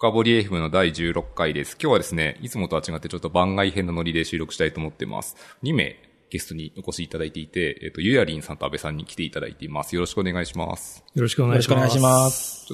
深掘り FM の第16回です。今日はですね、いつもとは違ってちょっと番外編のノリで収録したいと思ってます。2名ゲストにお越しいただいていて、ゆやりんさんと安倍さんに来ていただいています。よろしくお願いします。 よろしくお願いします。よろしくお願いします。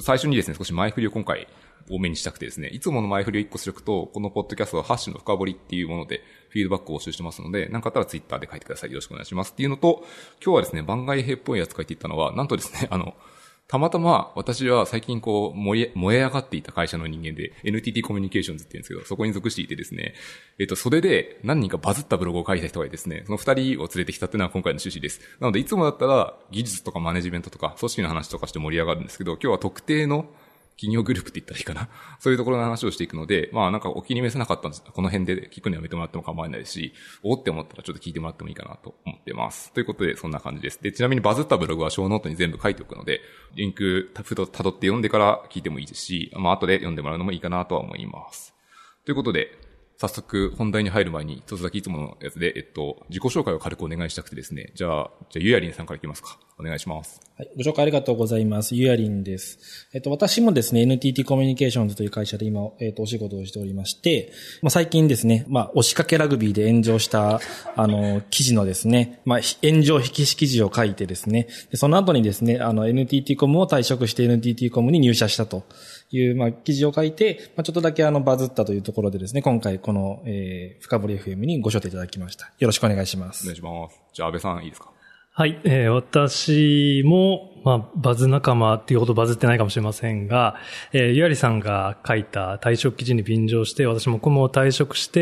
最初にですね、少し前振りを今回多めにしたくてですね、いつもの前振りを1個すると、このポッドキャストはハッシュの深掘りっていうものでフィードバックを募集してますので、なんかあったらツイッターで書いてください。よろしくお願いしますっていうのと、今日はですね、番外編っぽいやつ書いていったのは、なんとですね、たまたま私は最近燃え上がっていた会社の人間で NTT コミュニケーションズって言うんですけど、そこに属していてですね、それで何人かバズったブログを書いた人がいてですね、その二人を連れてきたっていうのは今回の趣旨です。なのでいつもだったら技術とかマネジメントとか組織の話とかして盛り上がるんですけど、今日は特定の企業グループって言ったらいいかな。そういうところの話をしていくので、まあなんかお気に召せなかったんです。この辺で聞くのやめてもらっても構わないし、おって思ったらちょっと聞いてもらってもいいかなと思ってます。ということでそんな感じです。で、ちなみにバズったブログはショーノートに全部書いておくので、リンク辿って読んでから聞いてもいいですし、まあ後で読んでもらうのもいいかなとは思います。ということで、早速本題に入る前に一つだけいつものやつで、自己紹介を軽くお願いしたくてですね。じゃあゆやりんさんからいきますか。お願いします。 はい。ご紹介ありがとうございます。ゆやりんです。私もですね、NTT コミュニケーションズという会社で今、お仕事をしておりまして、最近ですね、押しかけラグビーで炎上した、記事のですね、炎上引き記事を書いてですね、でその後にですね、NTT コムを退職して NTT コムに入社したという、記事を書いて、ちょっとだけバズったというところでですね、今回この、深掘り FM にご招待いただきました。よろしくお願いします。 お願いします。じゃあ安倍さんいいですか。 はい、私も、バズ仲間っていうほどバズってないかもしれませんが、ゆやりさんが書いた退職記事に便乗して、私もコムを退職して、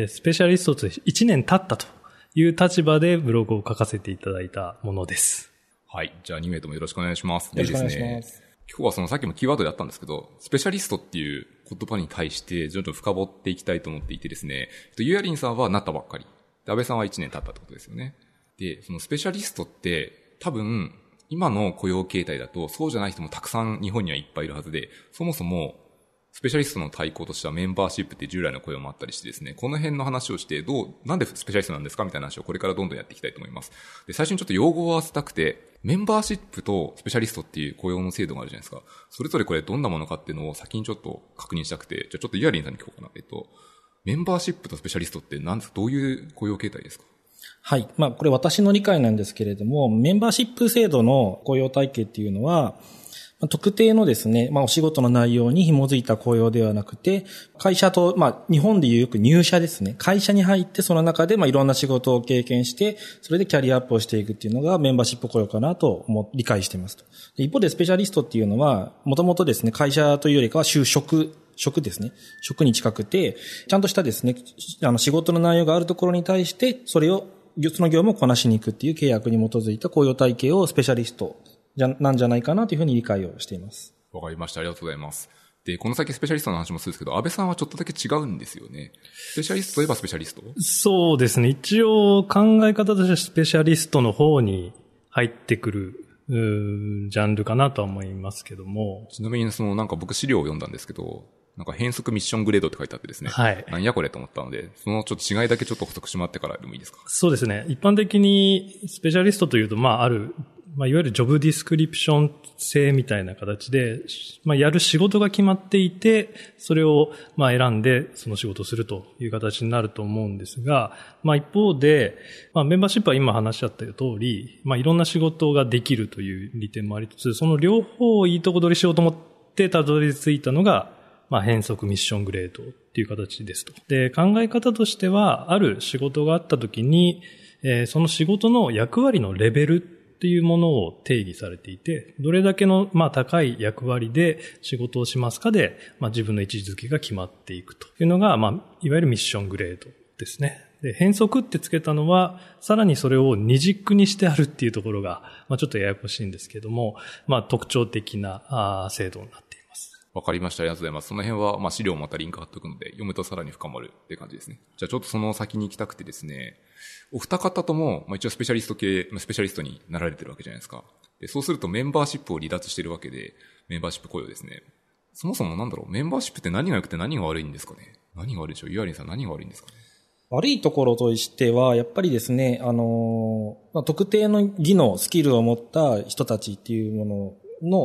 スペシャリストとして1年経ったという立場でブログを書かせていただいたものです。 はい。じゃあ2名ともよろしくお願いします。 よろしくお願いします。 でですね、今日はさっきもキーワードであったんですけど、スペシャリストっていう言葉に対して徐々に深掘っていきたいと思っていてですね、ゆやりんさんはなったばっかり。安倍さんは1年経ったってことですよね。で、そのスペシャリストって多分今の雇用形態だとそうじゃない人もたくさん日本にはいっぱいいるはずで、そもそもスペシャリストの対抗としてはメンバーシップって従来の雇用もあったりしてですね、この辺の話をしてなんでスペシャリストなんですかみたいな話をこれからどんどんやっていきたいと思います。で、最初にちょっと用語を合わせたくて、メンバーシップとスペシャリストっていう雇用の制度があるじゃないですか。それぞれこれどんなものかっていうのを先にちょっと確認したくて、じゃあちょっとゆやりんさんに聞こうかな。メンバーシップとスペシャリストって何ですか？どういう雇用形態ですか？ はい。これ私の理解なんですけれども、メンバーシップ制度の雇用体系っていうのは、特定のですね、お仕事の内容に紐づいた雇用ではなくて、会社と、日本でいうよく入社ですね。会社に入ってその中で、いろんな仕事を経験して、それでキャリアアップをしていくっていうのがメンバーシップ雇用かなと理解していますと。一方でスペシャリストっていうのは、もともとですね、会社というよりかは職ですね。職に近くて、ちゃんとしたですね、仕事の内容があるところに対して、その業務をこなしに行くっていう契約に基づいた雇用体系をスペシャリストなんじゃないかなというふうに理解をしています。 わかりました。ありがとうございます。で、この先スペシャリストの話もするんですけど、安倍さんはちょっとだけ違うんですよね。スペシャリストといえばスペシャリスト？ そうですね。一応考え方としてはスペシャリストの方に入ってくるジャンルかなとは思いますけども。 ちなみになんか僕資料を読んだんですけど、なんか変則ミッショングレードって書いてあってですね。 はい。 何やこれと思ったので、そのちょっと違いだけちょっと補足してもらってからでもいいですか？ そうですね。一般的にスペシャリストというと、いわゆるジョブディスクリプション制みたいな形で、やる仕事が決まっていて、それを選んでその仕事をするという形になると思うんですが、一方で、メンバーシップは今話し合った通り、いろんな仕事ができるという利点もありつつ、その両方をいいとこ取りしようと思ってたどり着いたのが、変則ミッショングレードっていう形ですと。で、考え方としては、ある仕事があった時に、その仕事の役割のレベルっていうものを定義されていて、どれだけの高い役割で仕事をしますかで、自分の位置づけが決まっていくというのが、いわゆるミッショングレードですね。で、変則ってつけたのは、さらにそれを二軸にしてあるっていうところが、ちょっとややこしいんですけども、特徴的な制度になっています。 わかりました。ありがとうございます。その辺は、資料またリンク貼っておくので、読むとさらに深まるって感じですね。じゃあちょっとその先に行きたくてですね、お二方とも、一応スペシャリストになられてるわけじゃないですか。で、そうするとメンバーシップを離脱してるわけで、メンバーシップ雇用ですね。そもそもメンバーシップって何が良くて何が悪いんですかね？何が悪いでしょう？ゆありんさん何が悪いんですかね？ 悪いところとしては、やっぱりですね、特定の技能、スキルを持った人たちっていうものの、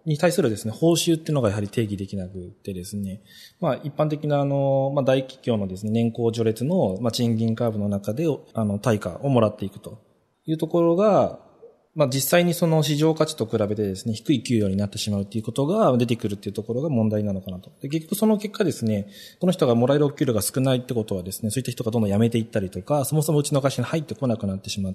に対するですね、報酬っていうのがやはり定義できなくてですね、一般的な大企業のですね、年功序列の、賃金カーブの中で、対価をもらっていくというところが、実際にその市場価値と比べてですね、低い給与になってしまうっていうことが出てくるっていうところが問題なのかなと。で、結局その結果ですね、この人がもらえるお給料が少ないってことはですね、そういった人がどんどん辞めていったりとか、そもそもうちの会社に入ってこなくなってしまって、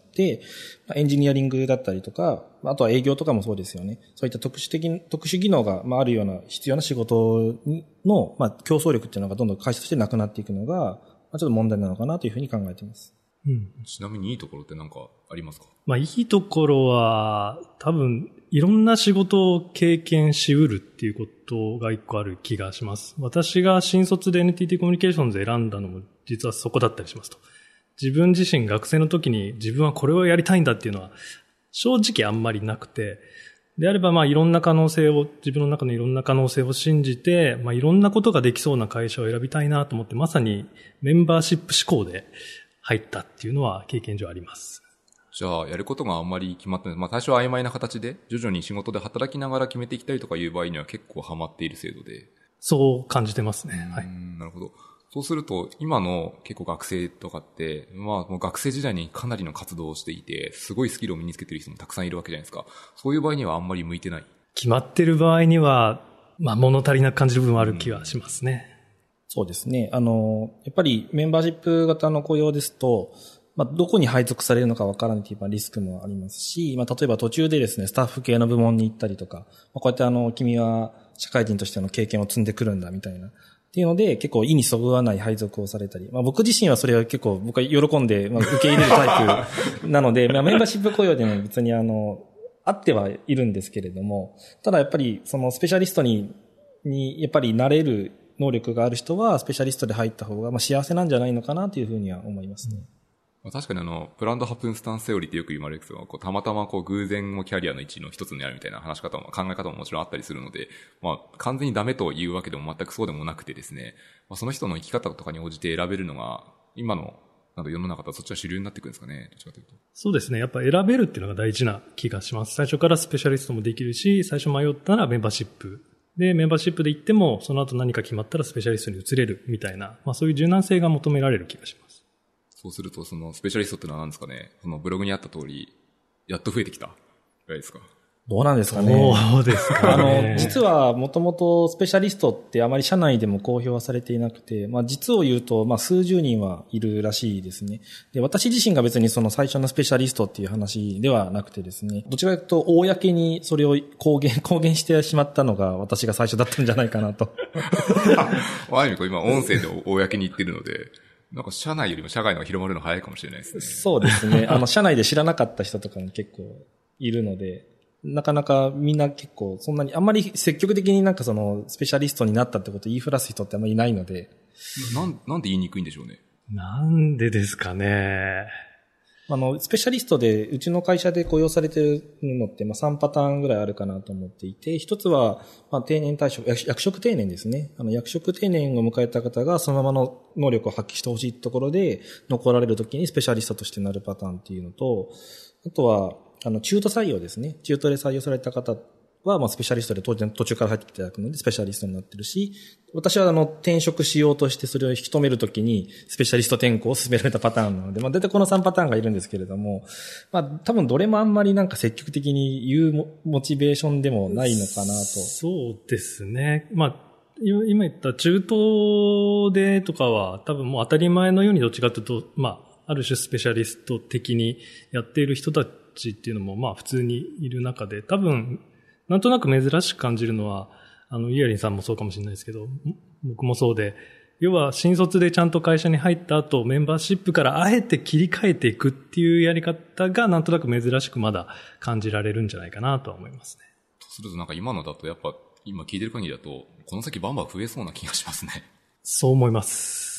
エンジニアリングだったりとか、あとは営業とかもそうですよね。そういった特殊技能が、あるような必要な仕事の、競争力っていうのがどんどん会社としてなくなっていくのが、ちょっと問題なのかなというふうに考えています。 ちなみにいいところって何かありますか？ いいところは、多分、いろんな仕事を経験しうるっていうことが一個ある気がします。私が新卒で NTT コミュニケーションズ選んだのも実はそこだったりしますと。自分自身学生の時に自分はこれをやりたいんだっていうのは正直あんまりなくて、であればいろんな可能性を、自分の中のいろんな可能性を信じて、いろんなことができそうな会社を選びたいなと思って、まさにメンバーシップ思考で入ったっていうのは経験上あります。 じゃあ、やることがあんまり決まってない。最初は曖昧な形で、徐々に仕事で働きながら決めていきたいとかいう場合には結構ハマっている制度で。 そう感じてますね。はい。 なるほど。そうすると、今の結構学生とかって、もう学生時代にかなりの活動をしていて、すごいスキルを身につけている人もたくさんいるわけじゃないですか。そういう場合にはあんまり向いてない。 決まってる場合には、物足りなく感じる部分はある気がしますね。 そうですね。やっぱりメンバーシップ型の雇用ですと、どこに配属されるのかわからないというリスクもありますし、例えば途中でですね、スタッフ系の部門に行ったりとか、こうやって君は社会人としての経験を積んでくるんだみたいな。っていうので、結構意にそぐわない配属をされたり、僕自身はそれは結構僕は喜んで、受け入れるタイプなので、メンバーシップ雇用でも別にあってはいるんですけれども、ただやっぱりそのスペシャリストにやっぱりなれる能力がある人はスペシャリストで入った方が幸せなんじゃないのかなというふうには思いますね。 確かにプランドハプンスタンスセオリーってよく言われるけど、たまたま偶然もキャリアの一の一つになるみたいな話し方も、考え方ももちろんあったりするので、完全にダメというわけでも全くそうでもなくてですね、その人の生き方とかに応じて選べるのが、今の世の中だとそっちは主流になってくるんですかね、どっちかというと。 そうですね。やっぱ選べるっていうのが大事な気がします。最初からスペシャリストもできるし、最初迷ったらメンバーシップ。で、メンバーシップで行っても、その後何か決まったらスペシャリストに移れるみたいな、そういう柔軟性が求められる気がします。 そうすると、そのスペシャリストってのは何ですかね、そのブログにあった通り、やっと増えてきたぐらいですか？ どうなんですかね。 そうですかね。 実はもともとスペシャリストってあまり社内でも公表はされていなくて、実を言うと、数十人はいるらしいですね。で、私自身が別にその最初のスペシャリストっていう話ではなくてですね、どちらかというと、公にそれを公言してしまったのが私が最初だったんじゃないかなと。 ある意味今音声で公に言ってるので、社内よりも社外の方が広まるの早いかもしれないですね。 そうですね。社内で知らなかった人とかも結構いるので、なかなかみんな結構そんなにあんまり積極的にそのスペシャリストになったってことを言いふらす人ってあんまりいないので。 なんで言いにくいんでしょうね。 なんでですかね。 スペシャリストでうちの会社で雇用されているのって3パターンぐらいあるかなと思っていて、一つは定年退職、役職定年ですね。役職定年を迎えた方がそのままの能力を発揮してほしいところで残られるときにスペシャリストとしてなるパターンっていうのと、あとは中途採用ですね。中途で採用された方は、スペシャリストで当然途中から入っていただくので、スペシャリストになってるし、私は転職しようとしてそれを引き止めるときに、スペシャリスト転校を進められたパターンなので、大体この3パターンがいるんですけれども、多分どれもあんまり積極的に言うモチベーションでもないのかなと。 そうですね。今言った中東でとかは、多分もう当たり前のようにどっちかというと、ある種スペシャリスト的にやっている人たちっていうのも普通にいる中で、多分なんとなく珍しく感じるのは、イアリンさんもそうかもしれないですけど、僕もそうで、要は新卒でちゃんと会社に入った後、メンバーシップからあえて切り替えていくっていうやり方がなんとなく珍しくまだ感じられるんじゃないかなとは思いますね。 とすると今のだとやっぱ、今聞いてる限りだと、この先バンバン増えそうな気がしますね。 そう思います。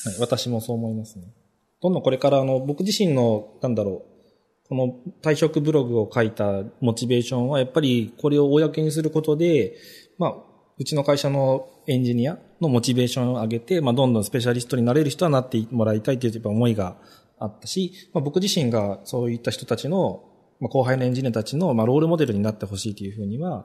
はい、私もそう思いますね。どんどんこれから僕自身の、この退職ブログを書いたモチベーションはやっぱりこれを公にすることで、うちの会社のエンジニアのモチベーションを上げて、どんどんスペシャリストになれる人はなってもらいたいという思いがあったし、僕自身がそういった人たちの、後輩のエンジニアたちのロールモデルになってほしいというふうには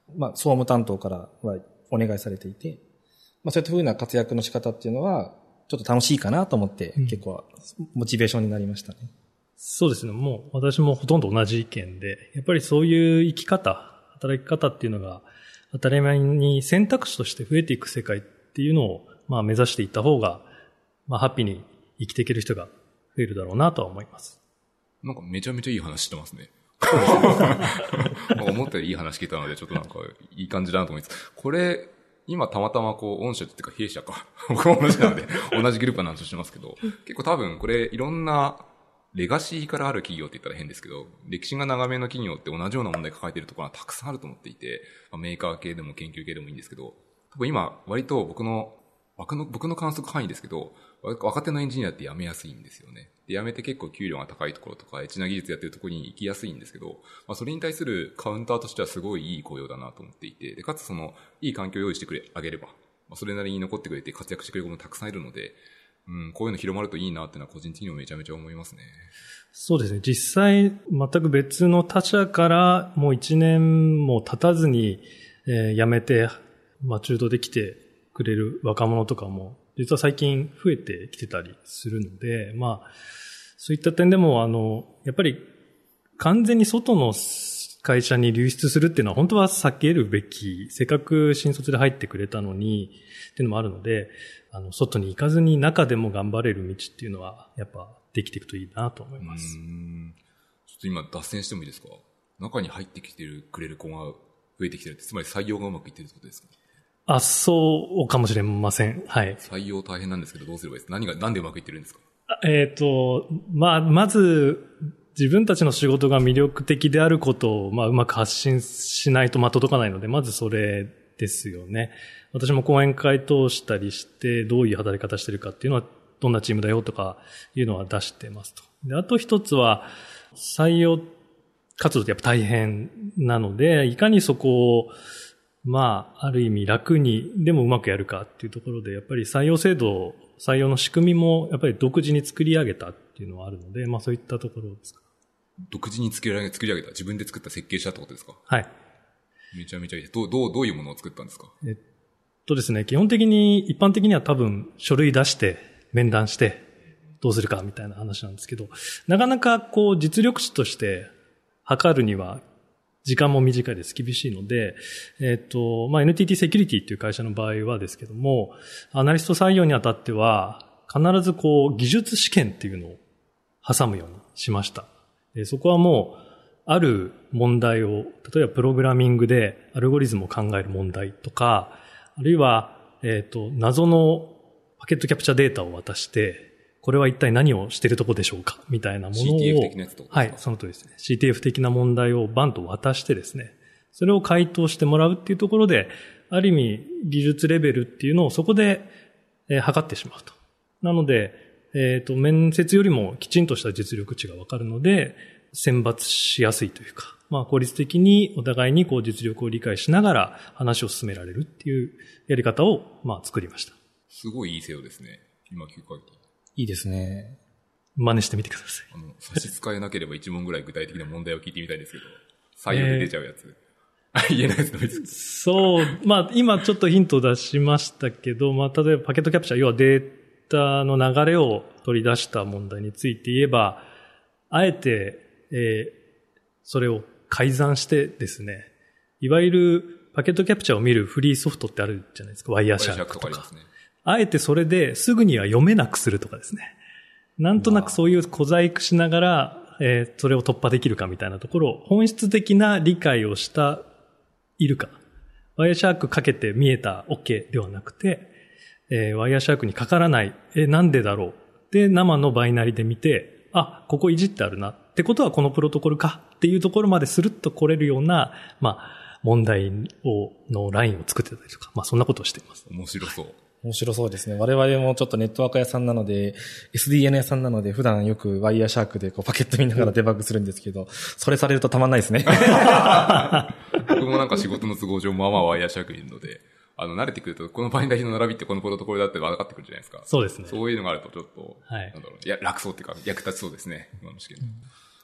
総務担当からはお願いされていて、そういった風な活躍の仕方っていうのは、ちょっと楽しいかなと思って、結構、モチベーションになりましたね。 そうですね。もう、私もほとんど同じ意見で、やっぱりそういう生き方、働き方っていうのが、当たり前に選択肢として増えていく世界っていうのを、目指していった方が、ハッピーに生きていける人が増えるだろうなとは思います。 なんかめちゃめちゃいい話してますね。思ったよりいい話聞いたので、ちょっとなんかいい感じだなと思います。これ、今たまたま御社っていうか弊社か。僕も同じなので、同じグループの話をしてますけど、結構多分これいろんなレガシーからある企業って言ったら変ですけど、歴史が長めの企業って同じような問題抱えているところがたくさんあると思っていて、メーカー系でも研究系でもいいんですけど、多分今割と僕の観測範囲ですけど、若手のエンジニアって辞めやすいんですよね。で、辞めて結構給料が高いところとか、エッチな技術やってるところに行きやすいんですけど、それに対するカウンターとしてはすごいいい雇用だなと思っていて、で、かついい環境を用意してあげれば、それなりに残ってくれて活躍してくれる子もたくさんいるので、こういうの広まるといいなっていうのは個人的にもめちゃめちゃ思いますね。 そうですね。実際、全く別の他社からもう1年も経たずに、辞めて、中途で来てくれる若者とかも、実は最近増えてきてたりするので、そういった点でも、やっぱり完全に外の会社に流出するっていうのは本当は避けるべき、せっかく新卒で入ってくれたのに、っていうのもあるので、外に行かずに中でも頑張れる道っていうのは、やっぱできていくといいなと思います。 ちょっと今脱線してもいいですか？中に入ってきてくれる子が増えてきてるって、つまり採用がうまくいってるってことですか？ そうかもしれません。はい。 採用大変なんですけど、どうすればいいですか？なんでうまくいってるんですか？ まず、自分たちの仕事が魅力的であることを、うまく発信しないと届かないので、まずそれですよね。私も講演会通したりして、どういう働き方してるかっていうのは、どんなチームだよとかいうのは出してますと。で、あと一つは、採用活動ってやっぱ大変なので、いかにそこを、ある意味楽にでもうまくやるかっていうところで、やっぱり採用の仕組みもやっぱり独自に作り上げたっていうのはあるので、そういったところですか。 独自に作り上げた、自分で作った設計したってことですか？ はい。 めちゃめちゃいい。どういうものを作ったんですか？ ですね、基本的に、一般的には多分書類出して、面談して、どうするかみたいな話なんですけど、なかなか実力値として測るには、時間も短いです。厳しいので、NTT セキュリティっていう会社の場合はですけども、アナリスト採用にあたっては、必ず技術試験っていうのを挟むようにしました。でそこはもう、ある問題を、例えばプログラミングでアルゴリズムを考える問題とか、あるいは、謎のパケットキャプチャーデータを渡して、これは一体何をしているところでしょうかみたいなものを。 CTF 的なやつとか。 はい、その通りですね。CTF 的な問題をバンと渡してですね、それを回答してもらうっていうところで、ある意味技術レベルっていうのをそこで、測ってしまうと。なので、面接よりもきちんとした実力値がわかるので、選抜しやすいというか、効率的にお互いに実力を理解しながら話を進められるっていうやり方を作りました。 すごいいい制度ですね。今聞く限り。 いいですね。 真似してみてください。 差し支えなければ1問ぐらい具体的な問題を聞いてみたいですけど、採用で出ちゃうやつ。言えないですのですそう、今ちょっとヒントを出しましたけど、例えばパケットキャプチャー、要はデータの流れを取り出した問題について言えば、あえて、それを改ざんしてですね、いわゆるパケットキャプチャーを見るフリーソフトってあるじゃないですか、ワイヤーシャークとか。あえてそれですぐには読めなくするとかですね。なんとなくそういう小細工しながら、それを突破できるかみたいなところを本質的な理解をいるか。ワイヤーシャークかけて見えた OK ではなくて、ワイヤーシャークにかからない、なんでだろう。で、生のバイナリで見て、ここいじってあるな。ってことはこのプロトコルかっていうところまでスルッと来れるような、問題のラインを作ってたりとか、そんなことをしています。 面白そう。 面白そうですね。我々もちょっとネットワーク屋さんなので、SDN 屋さんなので、普段よくワイヤーシャークでパケット見ながらデバッグするんですけど、それされるとたまんないですね。 僕もなんか仕事の都合上、ワイヤーシャークにいるので、慣れてくると、このバイナリの並びってこのプロトコルだって分かってくるじゃないですか。 そうですね。 そういうのがあるとちょっと、 はい。 楽そうっていうか、役立ちそうですね。今の試験。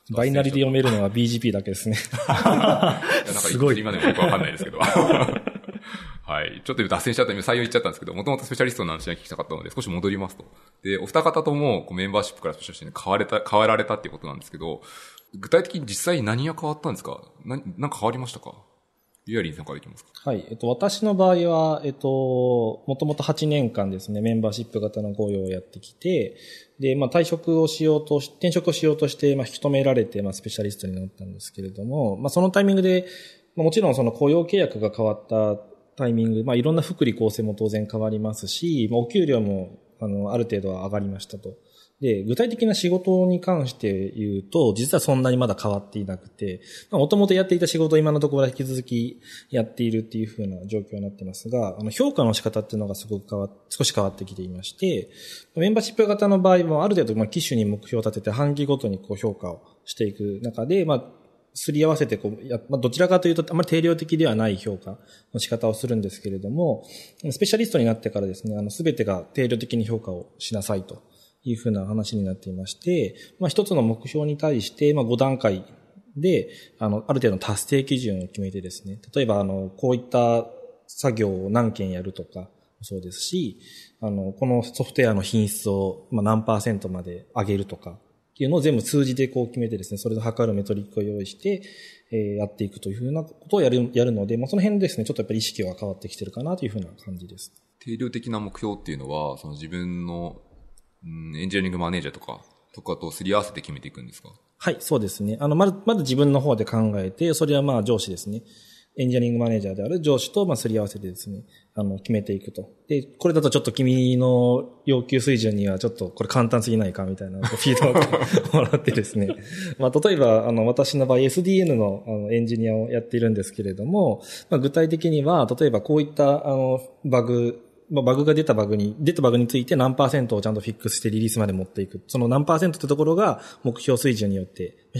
バイナリで読めるのは BGP だけですね。 すごい。今でもよくわかんないですけど。はい。ちょっと脱線しちゃった採用言っちゃったんですけど、もともとスペシャリストの話が聞きたかったので、少し戻りますと。で、お二方ともメンバーシップからスペシャリストに変えられたっていうことなんですけど、具体的に実際に何が変わったんですか？なんか変わりましたか？ユアリンさんからいきますか？ はい。私の場合は、もともと8年間ですね、メンバーシップ型の雇用をやってきて、で、転職をしようとして、引き止められて、スペシャリストになったんですけれども、そのタイミングで、もちろんその雇用契約が変わったタイミング、いろんな福利厚生も当然変わりますし、お給料も、ある程度は上がりましたと。で、具体的な仕事に関して言うと、実はそんなにまだ変わっていなくて、もともとやっていた仕事を今のところは引き続きやっているっていう風な状況になってますが、評価の仕方っていうのが少し変わってきていまして、メンバーシップ型の場合もある程度、機種に目標を立てて半期ごとに評価をしていく中で、すり合わせてどちらかというとあまり定量的ではない評価の仕方をするんですけれども、スペシャリストになってからですね、すべてが定量的に評価をしなさいというふうな話になっていまして、一つの目標に対して、5段階で、ある程度の達成基準を決めてですね、例えば、こういった作業を何件やるとか、そうですし、このソフトウェアの品質を、何%まで上げるとか、っていうのを全部数字で決めてですね、それを測るメトリックを用意して、やっていくというふうなことをやるので、その辺ですね、ちょっとやっぱり意識は変わってきてるかなというふうな感じです。 定量的な目標っていうのは、その自分のエンジニアリングマネージャーとかとすり合わせて決めていくんですか？ はい、そうですね。まず自分の方で考えて、それは上司ですね。エンジニアリングマネージャーである上司とすり合わせてですね、決めていくと。で、これだとちょっと君の要求水準にはちょっとこれ簡単すぎないかみたいなフィードバックをもらってですね。例えば、私の場合 SDN のエンジニアをやっているんですけれども、具体的には、例えばこういったバグが出たバグについて何%をちゃんとフィックスしてリリースまで持っていく。その何%ってところが目標水準によって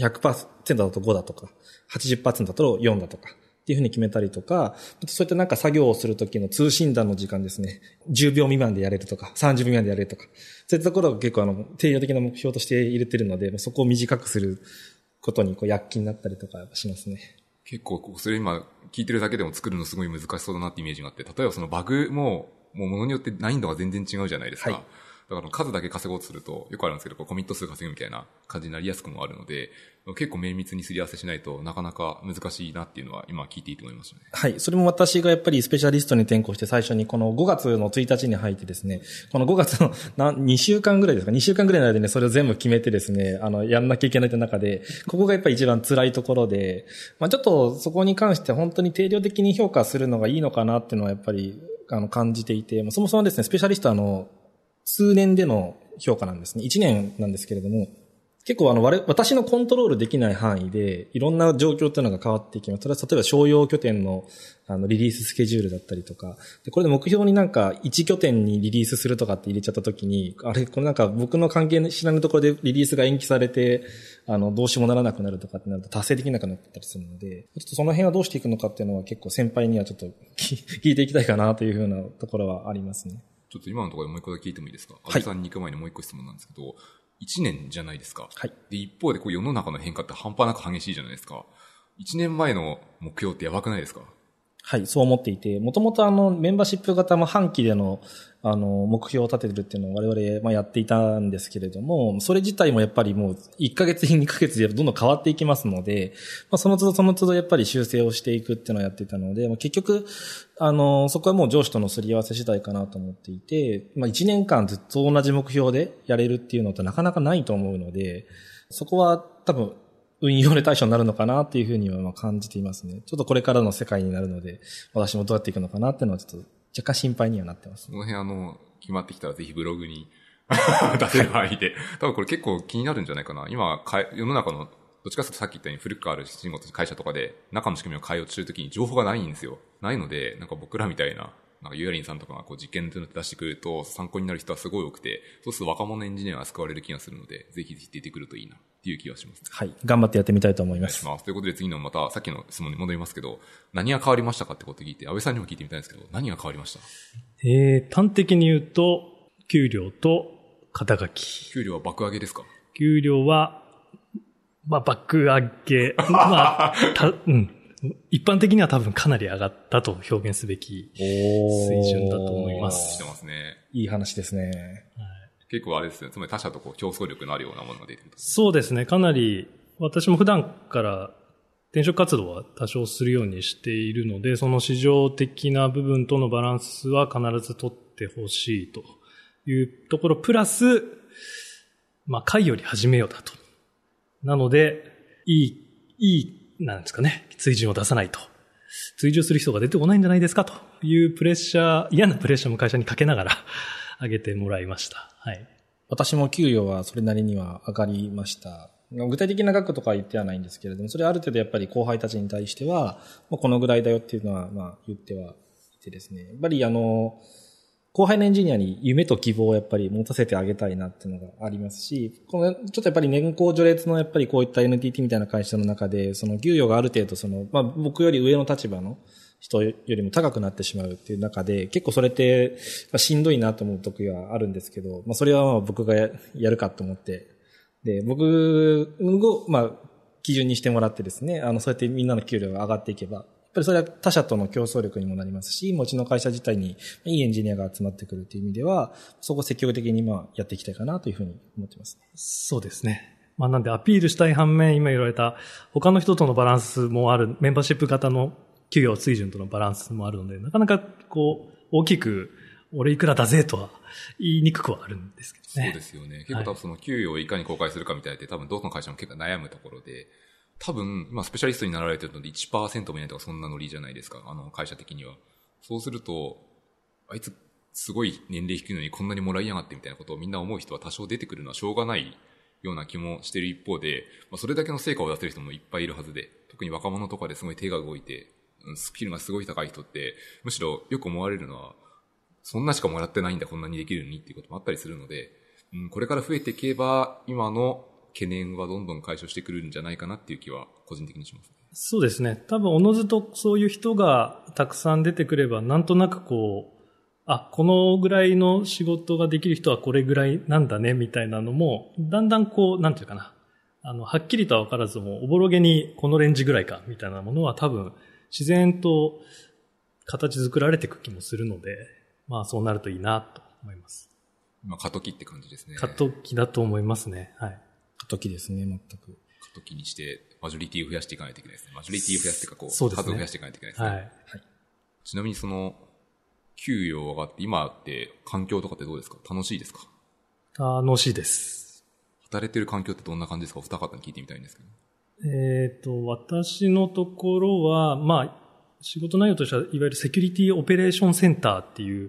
100% だと5だとか、80% だと4だとかっていうふうに決めたりとか、そういった作業をするときの通信弾の時間ですね。10秒未満でやれるとか、30秒未満でやれるとか。そういったところが結構定量的な目標として入れてるので、そこを短くすることに躍起になったりとかしますね。 結構それ今聞いてるだけでも作るのすごい難しそうだなってイメージがあって、例えばそのバグもう物によって難易度が全然違うじゃないですか。はい、だから数だけ稼ごうとすると、よくあるんですけど、コミット数稼ぐみたいな感じになりやすくもあるので、結構綿密にすり合わせしないとなかなか難しいなっていうのは今聞いていいと思いましたね。 はい。それも私がやっぱりスペシャリストに転向して最初にこの5月の1日に入ってですね、この5月の2週間ぐらいですか、2週間ぐらいの間でね、それを全部決めてですね、やんなきゃいけないって中で、ここがやっぱり一番辛いところで、ちょっとそこに関して本当に定量的に評価するのがいいのかなっていうのはやっぱり感じていて、そもそもですね、スペシャリストは数年での評価なんですね。1年なんですけれども、結構私のコントロールできない範囲で、いろんな状況っていうのが変わっていきます。それは例えば商用拠点のリリーススケジュールだったりとか、でこれで目標に1拠点にリリースするとかって入れちゃったときに、これ僕の関係知らぬところでリリースが延期されて、どうしようもならなくなるとかってなると達成できなくなったりするので、ちょっとその辺はどうしていくのかっていうのは結構先輩にはちょっと聞いていきたいかなというふうなところはありますね。 ちょっと今のところでもう一個だけ聞いてもいいですか？ はい。 安倍さんに行く前にもう一個質問なんですけど、1年じゃないですか。 はい。 で、一方で世の中の変化って半端なく激しいじゃないですか。1年前の目標ってやばくないですか？ はい、そう思っていて、もともとメンバーシップ型も半期での、目標を立ててるっていうのを我々、やっていたんですけれども、それ自体もやっぱりもう1ヶ月、2ヶ月でどんどん変わっていきますので、その都度やっぱり修正をしていくっていうのをやっていたので、結局、そこはもう上司とのすり合わせ次第かなと思っていて、1年間ずっと同じ目標でやれるっていうのってなかなかないと思うので、そこは多分、運用で対象になるのかなっていうふうには感じていますね。ちょっとこれからの世界になるので、私もどうやっていくのかなっていうのはちょっと若干心配にはなってます。 この辺決まってきたらぜひブログに出せる範囲で。多分これ結構気になるんじゃないかな。今、世の中の、どっちかというとさっき言ったように古くある会社とかで中の仕組みを変えようとするときに情報がないんですよ。ないので、僕らみたいな、ユーリンさんとかが実験で出してくると参考になる人はすごい多くて、そうすると若者エンジニアが救われる気がするので、ぜひ出てくるといいなっていう気がします。 はい。頑張ってやってみたいと思います。 お願いします。ということで次のまたさっきの質問に戻りますけど、何が変わりましたかってことを聞いて、安倍さんにも聞いてみたいんですけど、何が変わりました？ 端的に言うと、給料と肩書き。 給料は爆上げですか？ 給料は、 まあ、バック上げ、まあ、一般的には多分かなり上がったと表現すべき水準だと思います。 してますね。 いい話ですね。はい、 結構あれですね。つまり他社と競争力のあるようなものが出てる。 そうですね。かなり、私も普段から転職活動は多少するようにしているので、その市場的な部分とのバランスは必ず取ってほしいというところ、プラス、まあ、会より始めようだと。なので、なんですかね、追従を出さないと。追従する人が出てこないんじゃないですかというプレッシャー、嫌なプレッシャーも会社にかけながら上げてもらいました。はい。 私も給与はそれなりには上がりました。具体的な額とかは言ってはないんですけれども、それある程度やっぱり後輩たちに対しては、このぐらいだよっていうのは、言ってはいてですね。やっぱり後輩のエンジニアに夢と希望をやっぱり持たせてあげたいなっていうのがありますし、ちょっとやっぱり年功序列のやっぱりこういった NTT みたいな会社の中で、その給与がある程度僕より上の立場の人よりも高くなってしまうっていう中で、結構それってしんどいなと思う時はあるんですけど、それは僕がやるかと思って、で、僕を基準にしてもらってですね、そうやってみんなの給料が上がっていけば、やっぱりそれは他社との競争力にもなりますし、うちの会社自体にいいエンジニアが集まってくるという意味では、そこを積極的にやっていきたいかなというふうに思ってます。 そうですね。なんでアピールしたい反面、今言われた他の人とのバランスもある、メンバーシップ型の給与水準とのバランスもあるので、なかなか大きく俺いくらだぜとは言いにくくはあるんですけどね。 そうですよね。結構多分その給与をいかに公開するかみたいで、多分どの会社も結構悩むところで、多分今スペシャリストになられてるので 1% もいないとかそんなノリじゃないですか。会社的には。そうすると、あいつすごい年齢低いのにこんなにもらいやがってみたいなことをみんな思う人は多少出てくるのはしょうがないような気もしている一方で、それだけの成果を出せる人もいっぱいいるはずで、特に若者とかですごい手が動いて、スキルがすごい高い人って、むしろよく思われるのは、そんなしかもらってないんだ、こんなにできるのにっていうこともあったりするので、これから増えていけば、今の懸念はどんどん解消してくるんじゃないかなっていう気は個人的にしますね。 そうですね。多分おのずとそういう人がたくさん出てくれば、なんとなくこのぐらいの仕事ができる人はこれぐらいなんだね、みたいなのも、だんだんなんていうかな。はっきりとは分からずも、おぼろげにこのレンジぐらいか、みたいなものは多分、自然と形作られていく気もするので、そうなるといいなと思います。 過渡期って感じですね。 過渡期だと思いますね。はい。 過渡期ですね、全く。 過渡期にして、マジョリティを増やしていかないといけないですね。マジョリティを増やしてか、 数を増やしていかないといけないですね。はい。ちなみに給与上がって、今って環境とかってどうですか？楽しいですか？ 楽しいです。 働いてる環境ってどんな感じですか？お二方に聞いてみたいんですけど。私のところは、仕事内容としては、いわゆるセキュリティオペレーションセンターっていう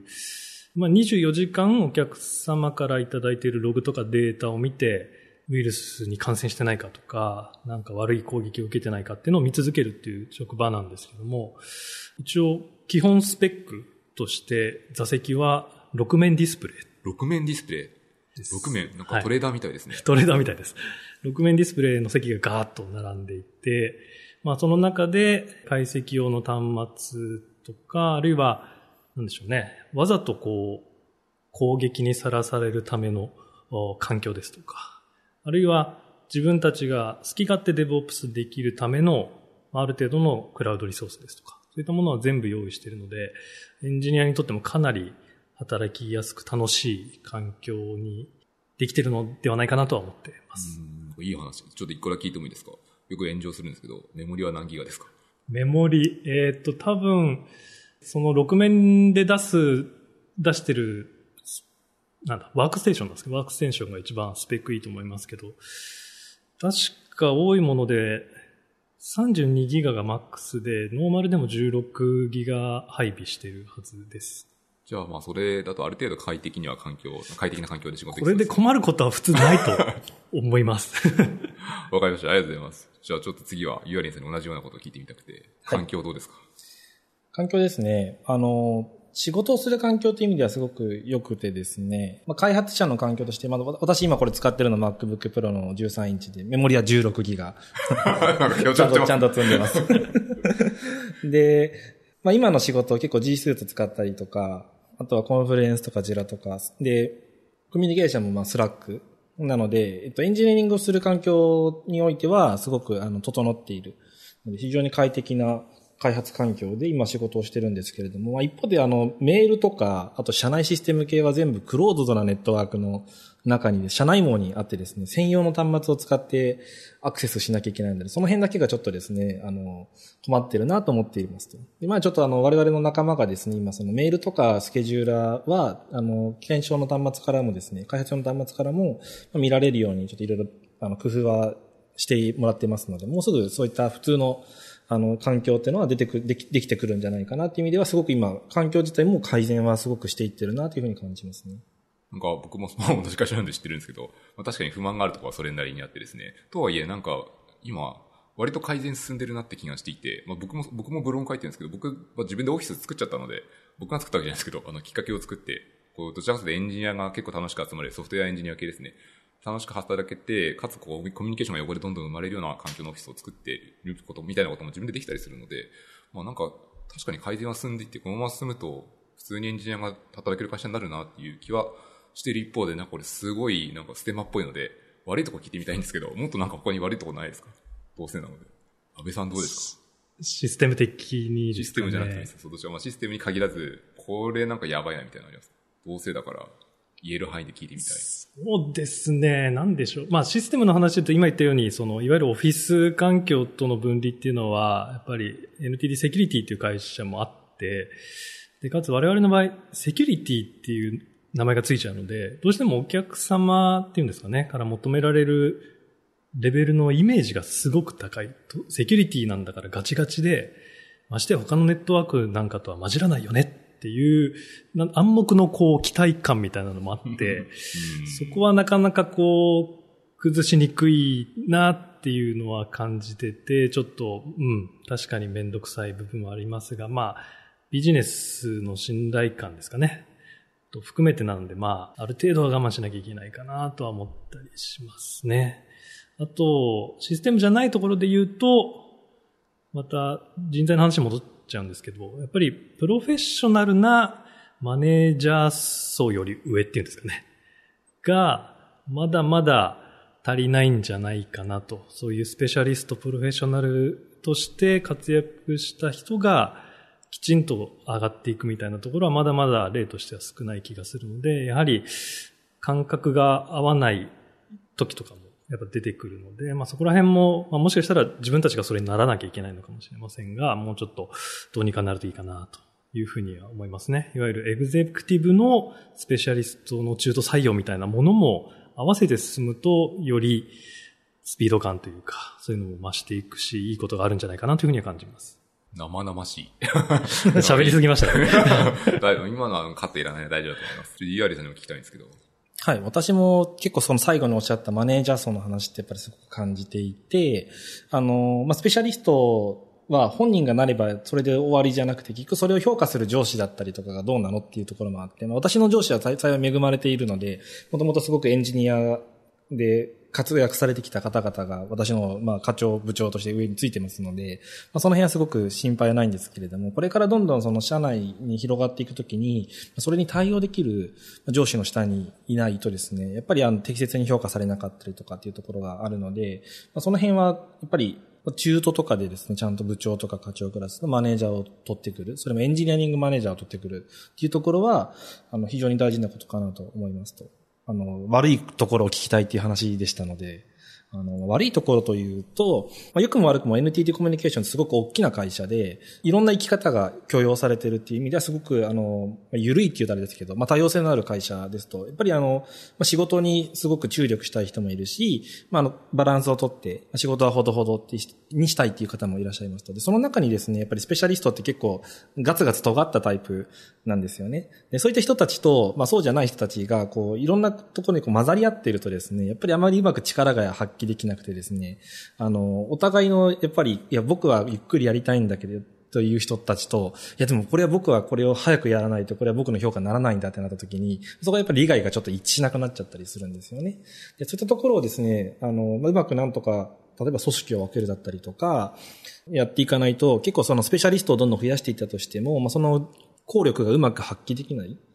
、24時間お客様からいただいているログとかデータを見て、ウイルスに感染してないかとか、なんか悪い攻撃を受けてないかっていうのを見続けるっていう職場なんですけども、一応基本スペックとして座席は6面ディスプレイ。 6面ディスプレイ ?6 面なんかトレーダーみたいですね。 トレーダーみたいです。6面ディスプレイの席がガーッと並んでいて、その中で解析用の端末とか、あるいは、なんでしょうね、わざと攻撃にさらされるための環境ですとか、あるいは自分たちが好き勝手 DevOps できるためのある程度のクラウドリソースですとか、そういったものは全部用意しているので、エンジニアにとってもかなり働きやすく楽しい環境にできているのではないかなとは思っています。 いい話。ちょっと一個だけ聞いてもいいですか？よく炎上するんですけど、メモリは何ギガですか？ メモリ、多分、その6面で出してる、ワークステーションなんですけど、ワークステーションが一番スペックいいと思いますけど、確か多いもので、32ギガがマックスで、ノーマルでも16ギガ配備しているはずです。 じゃあそれだとある程度快適な環境で仕事できそうです、ね。 これで困ることは普通ないと思います。 わかりました。ありがとうございます。じゃあちょっと次はユアリンさんに同じようなことを聞いてみたくて、環境どうですか？ 環境ですね。仕事をする環境という意味ではすごく良くてですね、開発者の環境として、私今これ使ってるの MacBook Pro の13インチで、メモリは16ギガ。ちゃんと積んでます。で、今の仕事結構 G スーツ使ったりとか、あとはコンフルエンスとかジラとか、で、コミュニケーションもSlack なので、エンジニアリングをする環境においては、すごく、整っている。非常に快適な開発環境で今仕事をしてるんですけれども、一方でメールとか、あと社内システム系は全部クローズドなネットワークの中に、社内網にあってですね、専用の端末を使ってアクセスしなきゃいけないので、その辺だけがちょっとですね、困ってるなと思っていますと。で、ちょっと我々の仲間がですね、今そのメールとかスケジューラーは、検証の端末からもですね、開発用の端末からも見られるように、ちょっといろいろ、工夫はしてもらってますので、もうすぐそういった普通の環境っていうのはできてくるんじゃないかなっていう意味では、すごく今、環境自体も改善はすごくしていってるなというふうに感じますね。 なんか僕も同じ会社なんで知ってるんですけど、確かに不満があるところはそれなりにあってですね。とはいえなんか今割と改善進んでるなって気がしていて、僕もブログ書いてるんですけど、僕は自分でオフィス作っちゃったので、僕が作ったわけじゃないですけど、きっかけを作って、どちらかというとエンジニアが結構楽しく集まれるソフトウェアエンジニア系ですね。楽しく働けて、かつコミュニケーションが横でどんどん生まれるような環境のオフィスを作っていることみたいなことも自分でできたりするので、なんか確かに改善は進んでいって、このまま進むと普通にエンジニアが働ける会社になるなっていう気はしている一方で、なんかこれすごいなんかステマっぽいので、悪いとこ聞いてみたいんですけど、もっとなんか他に悪いとこないですか？どうせなので。安倍さんどうですか？ システム的にですかね。 システムじゃなくていいです。どちらシステムに限らず、これなんかやばいなみたいなのあります。どうせだから言える範囲で聞いてみたい。 そうですね。なんでしょう。システムの話で言うと今言ったように、いわゆるオフィス環境との分離っていうのは、やっぱり NTT セキュリティっていう会社もあって、で、かつ我々の場合、セキュリティっていう名前がついちゃうので、どうしてもお客様っていうんですかね、から求められるレベルのイメージがすごく高い。セキュリティなんだからガチガチで、まして他のネットワークなんかとは混じらないよねっていう暗黙の期待感みたいなのもあって、そこはなかなか崩しにくいなっていうのは感じてて、ちょっと、確かにめんどくさい部分はありますが、ビジネスの信頼感ですかね。と含めてなので、ある程度は我慢しなきゃいけないかなとは思ったりしますね。あと、システムじゃないところで言うと、また人材の話に戻っちゃうんですけど、やっぱりプロフェッショナルなマネージャー層より上っていうんですかね。が、まだまだ足りないんじゃないかなと。そういうスペシャリスト、プロフェッショナルとして活躍した人がきちんと上がっていくみたいなところはまだまだ例としては少ない気がするので、やはり感覚が合わない時とかもやっぱ出てくるので、そこら辺も、もしかしたら自分たちがそれにならなきゃいけないのかもしれませんが、もうちょっとどうにかなるといいかなというふうには思いますね。いわゆるエグゼクティブのスペシャリストの中途採用みたいなものも合わせて進むと、よりスピード感というか、そういうのも増していくし、いいことがあるんじゃないかなというふうには感じます。 生々しい。 喋りすぎましたね。 今のはカットいらないので大丈夫だと思います。ゆありさんにも聞きたいんですけど。 はい。私も結構その最後におっしゃったマネージャー層の話ってやっぱりすごく感じていて、スペシャリストは本人がなればそれで終わりじゃなくて、結局それを評価する上司だったりとかがどうなのっていうところもあって、私の上司は幸い恵まれているので、もともとすごくエンジニアで活躍されてきた方々が私の課長部長として上についてますので、その辺はすごく心配はないんですけれども、これからどんどんその社内に広がっていくときに、それに対応できる上司の下にいないとですね、やっぱり適切に評価されなかったりとかっていうところがあるので、その辺はやっぱり中途とかでですね、ちゃんと部長とか課長クラスのマネージャーを取ってくる、それもエンジニアリングマネージャーを取ってくるっていうところは、非常に大事なことかなと思いますと。悪いところを聞きたいっていう話でしたので、悪いところというと、良くも悪くも NTT コミュニケーションってすごく大きな会社で、いろんな生き方が許容されているっていう意味ではすごく、緩いっていうとあれですけど、多様性のある会社ですと、やっぱり仕事にすごく注力したい人もいるし、バランスをとって、仕事はほどほどにしたいっていう方もいらっしゃいますので、その中にですね、やっぱりスペシャリストって結構ガツガツ尖ったタイプなんですよね。で、そういった人たちと、そうじゃない人たちが、いろんなところに混ざり合っているとですね、やっぱりあまりうまく力が発揮できなくてですね、お互いの、やっぱり、僕はゆっくりやりたいんだけど、という人たちと、でも僕はこれを早くやらないと、これは僕の評価にならないんだってなった時に、そこはやっぱり利害がちょっと一致しなくなっちゃったりするんですよね。で、そういったところをですね、うまくなんとか、例えば組織を分けるだったりとか、やっていかないと、結構そのスペシャリストをどんどん増やしていったとしても、その効力がうまく発揮できない。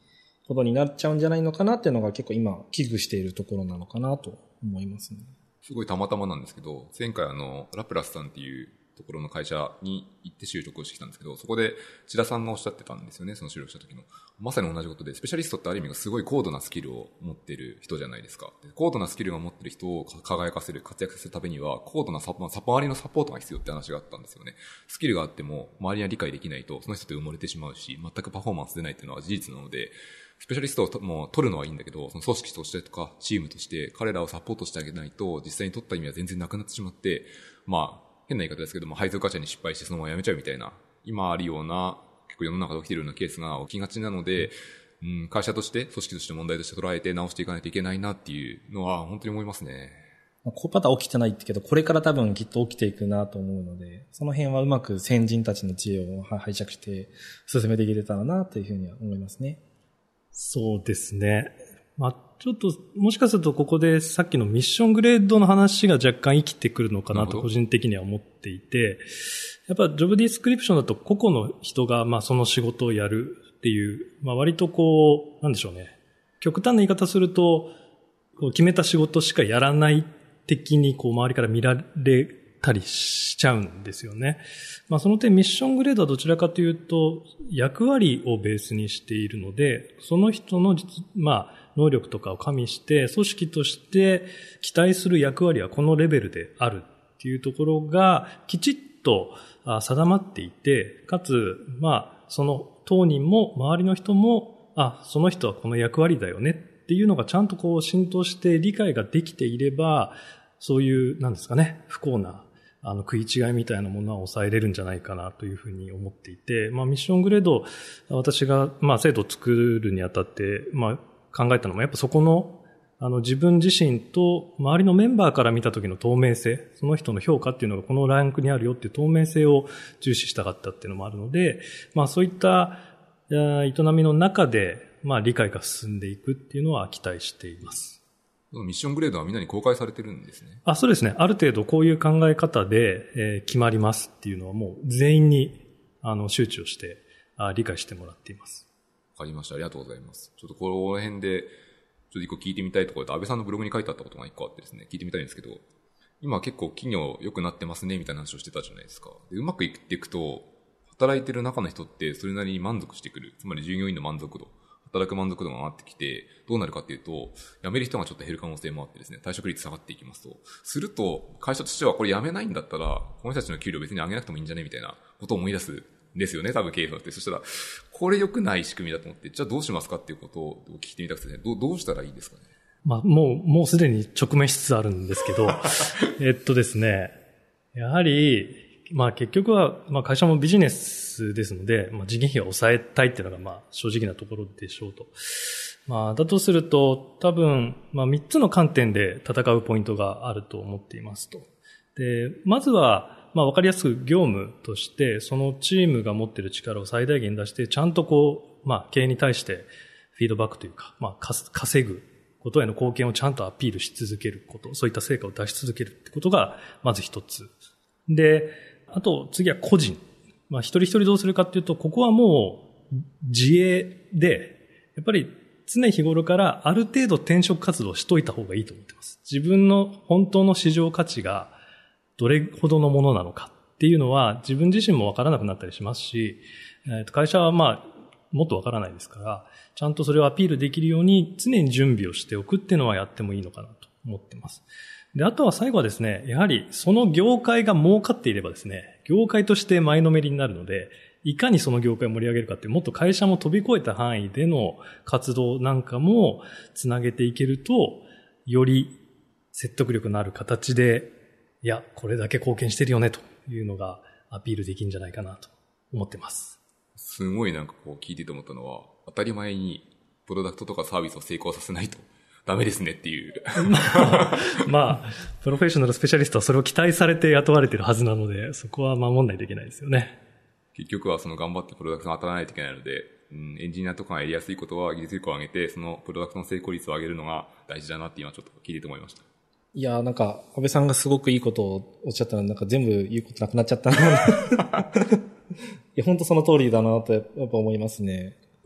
ことになっちゃうんじゃないのかなっていうのが結構今危惧しているところなのかなと思いますね。 すごいたまたまなんですけど、前回ラプラスさんっていうところの会社に行って就職をしてきたんですけど、そこで千田さんがおっしゃってたんですよね、その就職した時の。まさに同じことで、スペシャリストってある意味がすごい高度なスキルを持っている人じゃないですか。で高度なスキルを持っている人を輝かせる、活躍させるためには、高度な周りのサポートが必要って話があったんですよね。スキルがあっても、周りが理解できないと、その人って埋もれてしまうし、全くパフォーマンス出ないっていうのは事実なので、スペシャリストをも取るのはいいんだけど、その組織としてとか、チームとして、彼らをサポートしてあげないと、実際に取った意味は全然なくなってしまって、変な言い方ですけども、配属ガチャに失敗してそのまま辞めちゃうみたいな、今あるような、結構世の中で起きているようなケースが起きがちなので、会社として、組織として問題として捉えて直していかないといけないなっていうのは、本当に思いますね。 こういうパターン起きてないってけど、これから多分きっと起きていくなと思うので、その辺はうまく先人たちの知恵を拝借して進めていけたらなというふうには思いますね。 そうですね。ちょっと、もしかするとここでさっきのミッショングレードの話が若干生きてくるのかなと個人的には思っていて、やっぱジョブディスクリプションだと個々の人がその仕事をやるっていう、割となんでしょうね。極端な言い方すると、決めた仕事しかやらない的に周りから見られたりしちゃうんですよね。その点ミッショングレードはどちらかというと役割をベースにしているので、その人の能力とかを加味して組織として期待する役割はこのレベルであるっていうところがきちっと定まっていて、かつその当人も周りの人もその人はこの役割だよねっていうのがちゃんと浸透して理解ができていれば、そういうなんですかね、不幸な食い違いみたいなものは抑えれるんじゃないかなというふうに思っていて、ミッショングレード、私が制度を作るにあたって考えたのもやっぱそこの自分自身と周りのメンバーから見た時の透明性、その人の評価っていうのがこのランクにあるよっていう透明性を重視したかったっていうのもあるので、そういった営みの中で理解が進んでいくっていうのは期待しています。 ミッショングレードはみんなに公開されてるんですね。 そうですね。ある程度こういう考え方で、決まりますっていうのはもう全員に周知をして理解してもらっています。 わかりました。ありがとうございます。ちょっとこの辺でちょっと一個聞いてみたいところで、安倍さんのブログに書いてあったことが一個あってですね、聞いてみたいんですけど、今結構企業良くなってますねみたいな話をしてたじゃないですか。でうまくいっていくと、働いてる中の人ってそれなりに満足してくる。つまり従業員の満足度。働く満足度が上がってきて、どうなるかっていうと、辞める人がちょっと減る可能性もあってですね、退職率下がっていきますと。すると、会社としてはこれ辞めないんだったら、この人たちの給料別に上げなくてもいいんじゃねみたいなことを思い出すんですよね、多分経営だって。そしたら、これ良くない仕組みだと思って、じゃあどうしますかっていうことを聞いてみたくてね、どうしたらいいですかね。 もうすでに直面しつつあるんですけど、ですね、やはり、結局は、会社もビジネスですので、人件費を抑えたいっていうのが、正直なところでしょうと。だとすると、多分、3つの観点で戦うポイントがあると思っていますと。で、まずは、わかりやすく業務として、そのチームが持っている力を最大限出して、ちゃんと経営に対してフィードバックというか、稼ぐことへの貢献をちゃんとアピールし続けること、そういった成果を出し続けるってことが、まず一つ。で、あと次は個人。一人一人どうするかっていうと、ここはもう自営で、やっぱり常日頃からある程度転職活動しといた方がいいと思ってます。自分の本当の市場価値がどれほどのものなのかっていうのは自分自身もわからなくなったりしますし、会社はもっとわからないですから、ちゃんとそれをアピールできるように常に準備をしておくっていうのはやってもいいのかなと思ってます。で、あとは最後はですね、やはりその業界が儲かっていればですね、業界として前のめりになるので、いかにその業界を盛り上げるかっていう、もっと会社も飛び越えた範囲での活動なんかもつなげていけると、より説得力のある形で、いや、これだけ貢献してるよねというのがアピールできるんじゃないかなと思ってます。 すごい聞いてて思ったのは、当たり前にプロダクトとかサービスを成功させないとダメですねっていう。 プロフェッショナルスペシャリストはそれを期待されて雇われているはずなので、そこは守んないといけないですよね。 結局は頑張ってプロダクトが当たらないといけないので、エンジニアとかがやりやすいことは技術力を上げて、そのプロダクトの成功率を上げるのが大事だなって今ちょっと聞いてて思いました。 いや安倍さんがすごくいいことをおっしゃったので、全部言うことなくなっちゃったな。いや、本当その通りだなとやっぱ思いますね。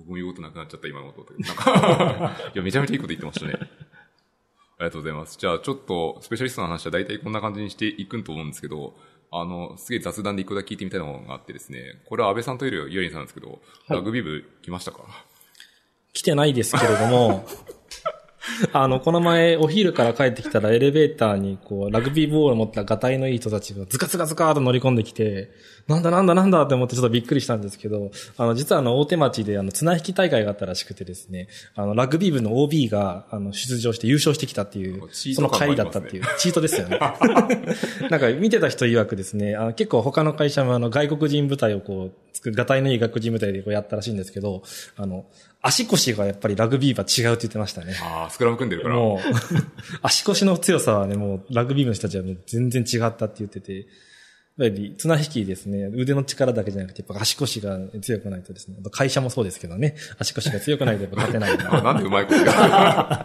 僕も言うことなくなっちゃった今のことなんかいやめちゃめちゃいいこと言ってましたね。ありがとうございます。じゃあちょっとスペシャリストの話は大体こんな感じにしていくと思うんですけど、すげえ雑談で一個だけ聞いてみたいのがあってですね、これは安倍さんというよりはゆうりんさんなんですけど、ラグビー部来ましたか？ 来てないですけれども、この前お昼から帰ってきたらエレベーターにラグビーボールを持ったガタイのいい人たちがズカズカズカーと乗り込んできて、なんだって思ってちょっとびっくりしたんですけど、実は大手町で綱引き大会があったらしくてですね、ラグビー部の OB が出場して優勝してきたっていう、その帰りだったっていう、チートですよね。なんか見てた人曰くですね、結構他の会社も外国人部隊をガタイのいい外国人部隊でやったらしいんですけど、足腰がやっぱりラグビー部は違うって言ってましたね。 スクラム組んでるから。 もう、足腰の強さはね、もうラグビー部の人たちはもう全然違ったって言ってて、やっぱり綱引きですね、腕の力だけじゃなくて、やっぱ足腰が強くないとですね、会社もそうですけどね、足腰が強くないとやっぱ勝てないな。 なんでうまいこと言うな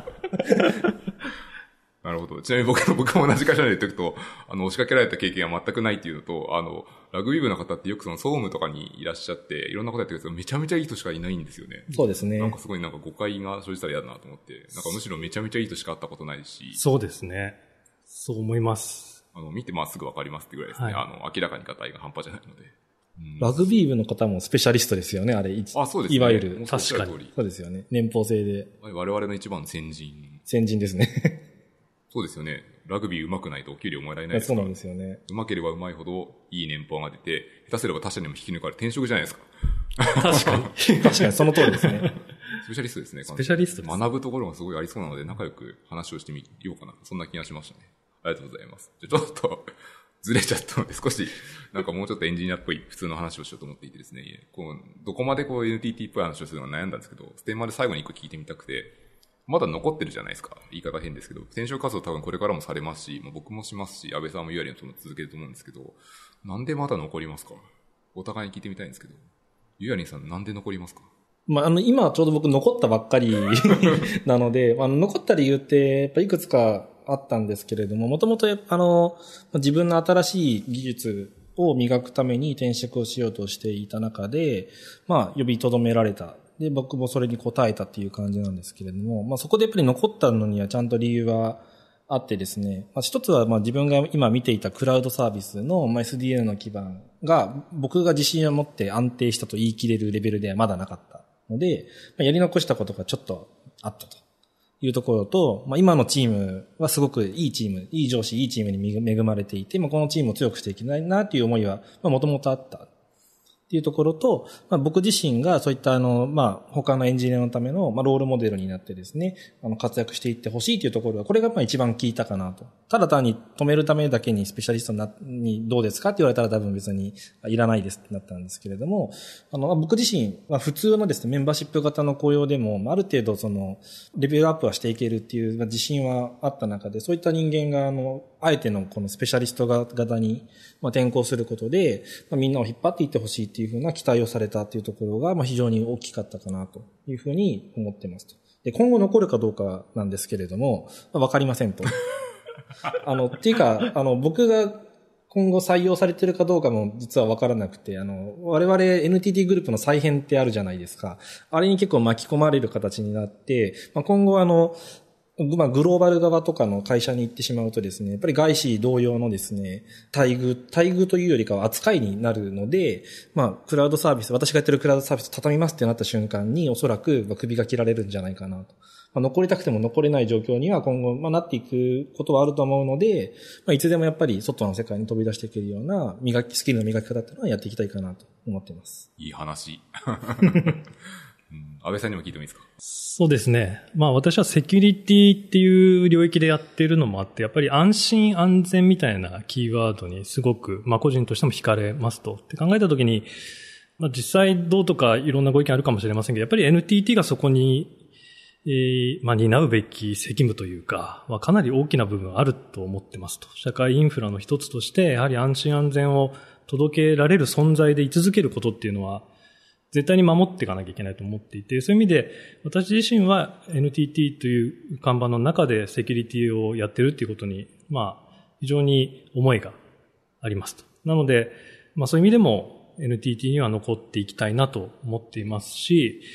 るほど。ちなみに僕も同じ会社で言っておくと、押しかけられた経験は全くないっていうのと、ラグビー部の方ってよく総務とかにいらっしゃって、いろんなことやってるんですけど、めちゃめちゃいい人しかいないんですよね。 そうですね。 なんかすごい誤解が生じたら嫌だなと思って、なんかむしろめちゃめちゃいい人しか会ったことないし。 そうですね。そう思います。 見てすぐわかりますってぐらいですね。明らかにガタイが半端じゃないので。 ラグビー部の方もスペシャリストですよね、あれ。 そうですね。 いわゆる。 確かに。 そうですよね。年俸制で。 我々の一番の先人。 先人ですね。 そうですよね。ラグビー上手くないとお給料もらえないですから。 そうなんですよね。 上手ければ上手いほどいい年俸が出て、下手すれば他社にも引き抜かれ転職じゃないですか。 確かに。 確かにその通りですね。 スペシャリストですね。 スペシャリストです。 学ぶところがすごいありそうなので仲良く話をしてみようかな。そんな気がしましたね。ありがとうございます。じゃあちょっとずれちゃったので少しなんかもうちょっとエンジニアっぽい普通の話をしようと思っていてですね。どこまでNTT っぽい話をするのが悩んだんですけど、ステーマで最後に一個聞いてみたくて、まだ残ってるじゃないですか。言い方変ですけど、転職活動多分これからもされますし、僕もしますし、安倍さんもゆうやりも続けると思うんですけど、なんでまだ残りますか？お互いに聞いてみたいんですけど、ゆうやりさんなんで残りますか？ 今ちょうど僕残ったばっかりなので、残った理由ってやっぱいくつかあったんですけれども、もともと自分の新しい技術を磨くために転職をしようとしていた中で、呼び止められた。で、僕もそれに応えたっていう感じなんですけれども、そこでやっぱり残ったのにはちゃんと理由はあってですね、一つは自分が今見ていたクラウドサービスのSDN の基盤が僕が自信を持って安定したと言い切れるレベルではまだなかったので、やり残したことがちょっとあったというところと、今のチームはすごくいいチーム、いい上司、いいチームに恵まれていて、このチームを強くしていきたいなという思いはもともとあった。っていうところと、僕自身がそういった他のエンジニアのためのロールモデルになってですね、活躍していってほしいというところは、これが一番効いたかなと。ただ単に止めるためだけにスペシャリストにどうですかって言われたら多分別にいらないですってなったんですけれども、僕自身は普通のですね、メンバーシップ型の雇用でも、ある程度レベルアップはしていけるっていう自信はあった中で、そういった人間があえてのこのスペシャリスト型に転向することで、みんなを引っ張っていってほしいっていうふうな期待をされたっていうところが非常に大きかったかなというふうに思ってますと。で、今後残るかどうかなんですけれども、わかりませんと。っていうか、僕が今後採用されてるかどうかも実はわからなくて、我々 NTT グループの再編ってあるじゃないですか。あれに結構巻き込まれる形になって、今後グローバル側とかの会社に行ってしまうとですね、やっぱり外資同様のですね、待遇というよりかは扱いになるので、クラウドサービス、私がやってるクラウドサービスを畳みますってなった瞬間に、おそらく首が切られるんじゃないかなと。残りたくても残れない状況には今後、なっていくことはあると思うので、いつでもやっぱり外の世界に飛び出していけるようなスキルの磨き方っていうのはやっていきたいかなと思っています。 いい話。安倍さんにも聞いてもいいですか？ そうですね。私はセキュリティっていう領域でやっているのもあって、やっぱり安心安全みたいなキーワードにすごく、個人としても惹かれますと。って考えたときに、実際どうとかいろんなご意見あるかもしれませんけど、やっぱり NTT がそこに、担うべき責務というか、かなり大きな部分あると思ってますと。社会インフラの一つとして、やはり安心安全を届けられる存在で居続けることっていうのは、絶対に守っていかなきゃいけないと思っていて、そういう意味で私自身は NTT という看板の中でセキュリティをやってるっていうことに、非常に思いがありますと。なので、そういう意味でも NTT には残っていきたいなと思っていますし、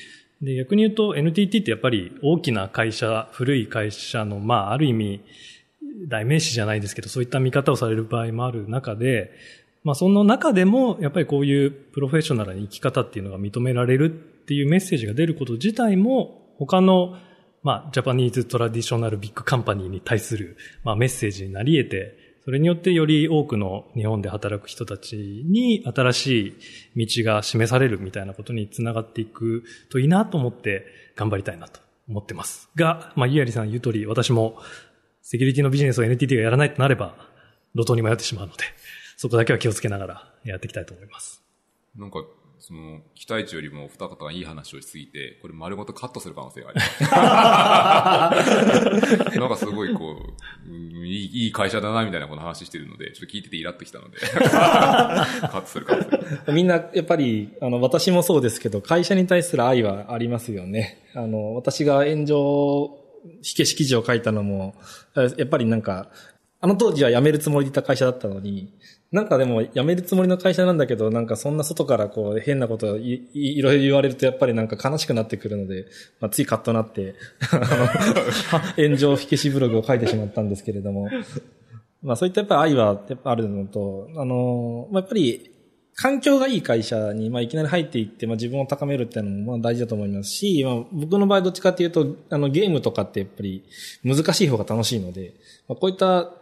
で、逆に言うと NTT ってやっぱり大きな会社、古い会社の、ある意味、代名詞じゃないですけど、そういった見方をされる場合もある中で、その中でも、やっぱりこういうプロフェッショナルな生き方っていうのが認められるっていうメッセージが出ること自体も、他の、ジャパニーズトラディショナルビッグカンパニーに対する、メッセージになり得て、それによってより多くの日本で働く人たちに新しい道が示されるみたいなことにつながっていくといいなと思って頑張りたいなと思ってます。が、ゆやりさん言う通り、私もセキュリティのビジネスを NTT がやらないとなれば、路頭に迷ってしまうので、そこだけは気をつけながらやっていきたいと思います。 なんか、期待値よりも二方がいい話をしすぎて、これ丸ごとカットする可能性があります。なんかすごいいい会社だなみたいなこの話してるので、ちょっと聞いててイラッときたので、カットする可能性。 みんな、やっぱり、私もそうですけど、会社に対する愛はありますよね。私が炎上火消し記事を書いたのも、やっぱりなんか、当時は辞めるつもりでいた会社だったのに、なんかでも辞めるつもりの会社なんだけど、なんかそんな外から変なことをいろいろ言われるとやっぱりなんか悲しくなってくるので、ついカッとなって、炎上火消しブログを書いてしまったんですけれども、そういったやっぱり愛はやっぱあるのと、やっぱり環境がいい会社にいきなり入っていって、自分を高めるっていうのも大事だと思いますし、僕の場合どっちかっていうと、ゲームとかってやっぱり難しい方が楽しいので、こういった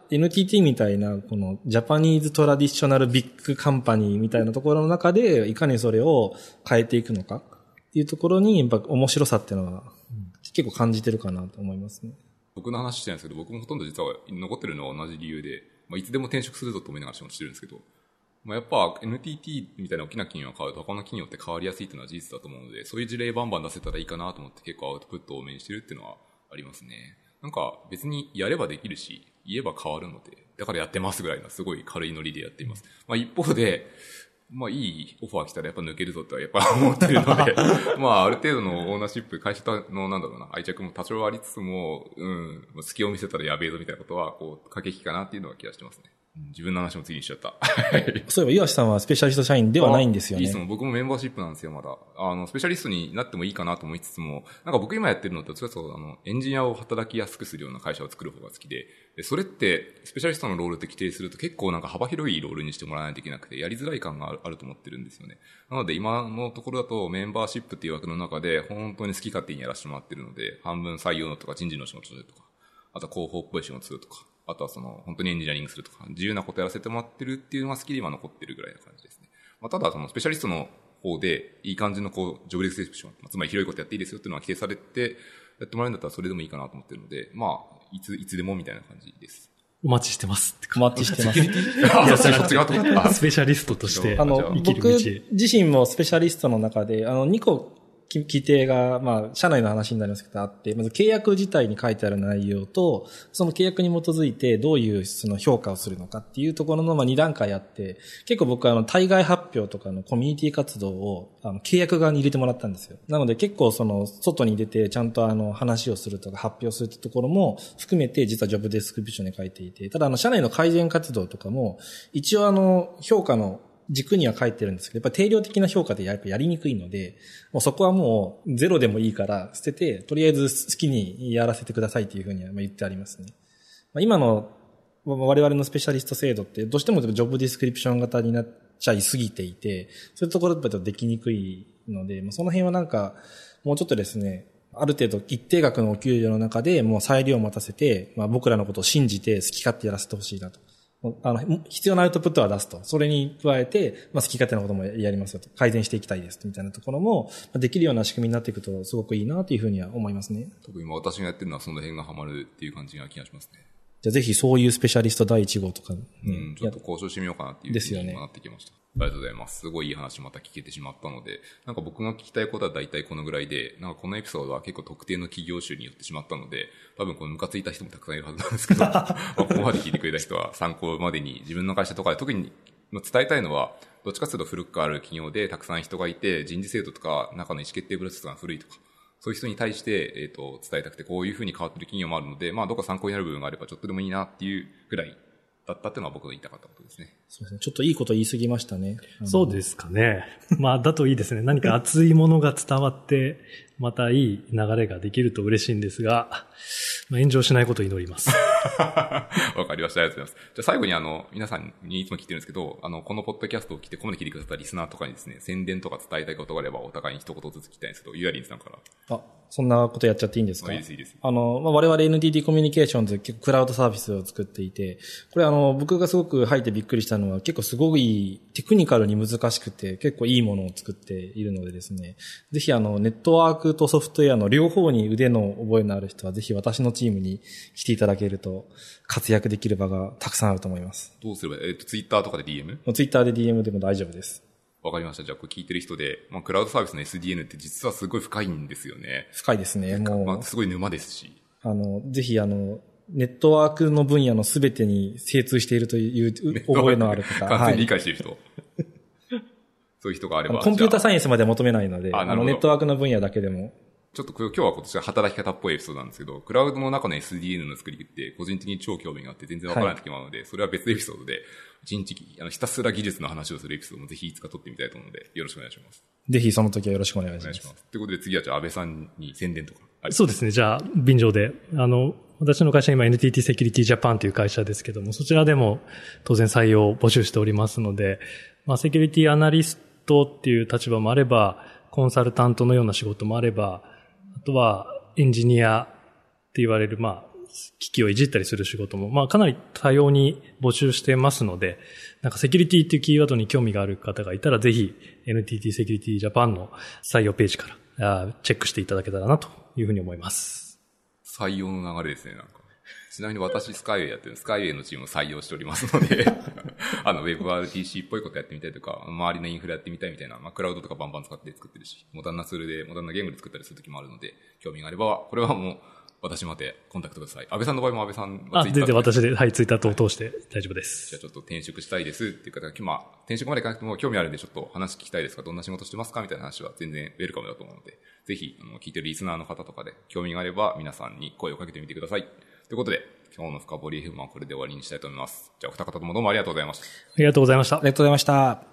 NTT みたいな、このジャパニーズトラディショナルビッグカンパニーみたいなところの中で、いかにそれを変えていくのかっていうところに、やっぱ面白さっていうのは結構感じてるかなと思いますね。 僕の話してないんですけど、僕もほとんど実は残ってるのは同じ理由で、いつでも転職するぞと思いながら仕事してるんですけど、やっぱ NTT みたいな大きな企業が変わると他の企業って変わりやすいっていうのは事実だと思うので、そういう事例バンバン出せたらいいかなと思って結構アウトプットを多めにしてるっていうのはありますね。なんか別にやればできるし、言えば変わるので、だからやってますぐらいなすごい軽いノリでやっています。一方で、いいオファー来たらやっぱ抜けるぞってはやっぱ思ってるので、ある程度のオーナーシップ、会社の愛着も多少ありつつも、隙を見せたらやべえぞみたいなことは、駆け引きかなっていうのは気がしてますね。自分の話も次にしちゃった。 そういえば、岩橋さんはスペシャリスト社員ではないんですよね。 いいですもん。僕もメンバーシップなんですよ、まだ。スペシャリストになってもいいかなと思いつつも、なんか僕今やってるのって、エンジニアを働きやすくするような会社を作る方が好きで、それって、スペシャリストのロールって規定すると結構なんか幅広いロールにしてもらわないといけなくて、やりづらい感があると思ってるんですよね。なので今のところだとメンバーシップっていう枠の中で、本当に好き勝手にやらせてもらってるので、半分採用のとか人事の仕事とか、あとは広報っぽい仕事するとか、あとは本当にエンジニアリングするとか、自由なことやらせてもらってるっていうのが好きで今残ってるぐらいな感じですね。ただスペシャリストの方で、いい感じのジョブディスクリプション、つまり広いことやっていいですよっていうのが規定されて、やってもらえるんだったらそれでもいいかなと思ってるので、いつでもみたいな感じです。 お待ちしてますってお待ちしてます。 いや、そっち側とか。スペシャリストとして生きる道。 僕自身もスペシャリストの中で、2個規定が、社内の話になりますけどあって、まず契約自体に書いてある内容と、その契約に基づいてどういうその評価をするのかっていうところの2段階あって、結構僕は対外発表とかのコミュニティ活動を契約側に入れてもらったんですよ。なので結構外に出てちゃんと話をするとか発表するってところも含めて実はジョブデスクリプションに書いていて、ただ社内の改善活動とかも一応評価の軸には書いてるんですけど、やっぱ定量的な評価でやりにくいので、もうそこはもうゼロでもいいから捨てて、とりあえず好きにやらせてくださいっていうふうには言ってありますね。今の我々のスペシャリスト制度ってどうしてもジョブディスクリプション型になっちゃいすぎていて、そういうところだとできにくいので、その辺はなんかもうちょっとですね、ある程度一定額のお給料の中でもう裁量を待たせて、僕らのことを信じて好き勝手やらせてほしいなと。必要なアウトプットは出すと。それに加えて、好き勝手なこともやりますよと。改善していきたいですみたいなところも、できるような仕組みになっていくとすごくいいなというふうには思いますね。 特に今私がやってるのはその辺がハマるっていう感じが気がしますね。 じゃあぜひそういうスペシャリスト第1号とか、 ちょっと交渉してみようかなっていうふうになってきました。ありがとうございます。すごいいい話また聞けてしまったので、なんか僕が聞きたいことは大体このぐらいで、なんかこのエピソードは結構特定の企業種によってしまったので、多分このムカついた人もたくさんいるはずなんですけど、ここまで聞いてくれた人は参考までに自分の会社とかで特に伝えたいのは、どっちかというと古くある企業でたくさん人がいて、人事制度とか中の意思決定プロセスが古いとか、そういう人に対して、伝えたくてこういうふうに変わっている企業もあるので、どこか参考になる部分があればちょっとでもいいなっていうぐらいだったっていうのは僕の言いたかったことですね。 そうですね。ちょっといいこと言い過ぎましたね。 そうですかね。だといいですね。何か熱いものが伝わって、 またいい流れができると嬉しいんですが、炎上しないことを祈ります。 わかりました。ありがとうございます。じゃあ最後に皆さんにいつも聞いてるんですけど、このポッドキャストを聞いて、ここまで聞いてくださったリスナーとかにですね、宣伝とか伝えたいことがあれば、お互いに一言ずつ聞きたいんですけど、ユアリンさんから。 そんなことやっちゃっていいんですか？ いいです、いいです。 我々 NTT コミュニケーションズ結構クラウドサービスを作っていて、これ僕がすごく入ってびっくりしたのは結構すごいテクニカルに難しくて結構いいものを作っているのでですね、ぜひネットワークとソフトウェアの両方に腕の覚えのある人はぜひ私のチームに来ていただけると活躍できる場がたくさんあると思います。 どうすれば、ツイッターとかで DM？ ツイッターで DM でも大丈夫です。 わかりました。じゃあこれ聞いてる人で、クラウドサービスの SDN って実はすごい深いんですよね。 深いですね。もう。 すごい沼ですし。 ぜひネットワークの分野のすべてに精通しているという覚えのある方。 完全に理解している人。そういう人があれば。 コンピューターサイエンスまでは求めないので、ネットワークの分野だけでも。 ちょっと今日は今年は働き方っぽいエピソードなんですけど、クラウドの中の SDN の作りって個人的に超興味があって全然わからない時もあるので、それは別エピソードで、一日ひたすら技術の話をするエピソードもぜひいつか撮ってみたいと思うので、よろしくお願いします。 ぜひその時はよろしくお願いします。 ということで次はじゃあ安倍さんに宣伝とか。 そうですね。じゃあ、便乗で。私の会社今 NTT セキュリティジャパンという会社ですけども、そちらでも当然採用を募集しておりますので、セキュリティアナリストっていう立場もあれば、コンサルタントのような仕事もあれば、あとはエンジニアって言われる、機器をいじったりする仕事も、かなり多様に募集してますので、セキュリティっていうキーワードに興味がある方がいたら、ぜひ NTT セキュリティジャパンの採用ページからチェックしていただけたらなというふうに思います。 採用の流れですね、ちなみに私スカイウェイやってるスカイウェイのチームを採用しておりますので、WebRTC っぽいことやってみたいとか、周りのインフラやってみたいみたいな、クラウドとかバンバン使って作ってるし、モダンなツールで、モダンな言語で作ったりする時もあるので、興味があれば、これはもう、私までコンタクトください。安倍さんの場合も安倍さんはツイッター。 全然私で、ツイッター等を通して大丈夫です。 じゃあちょっと転職したいですっていう方が、転職までいかなくても興味あるんでちょっと話聞きたいですか、どんな仕事してますかみたいな話は全然ウェルカムだと思うので、ぜひ、聞いてるリスナーの方とかで興味があれば皆さんに声をかけてみてください。ということで、今日の深掘り FM はこれで終わりにしたいと思います。じゃあ、お二方ともどうもありがとうございました。 ありがとうございました。 ありがとうございました。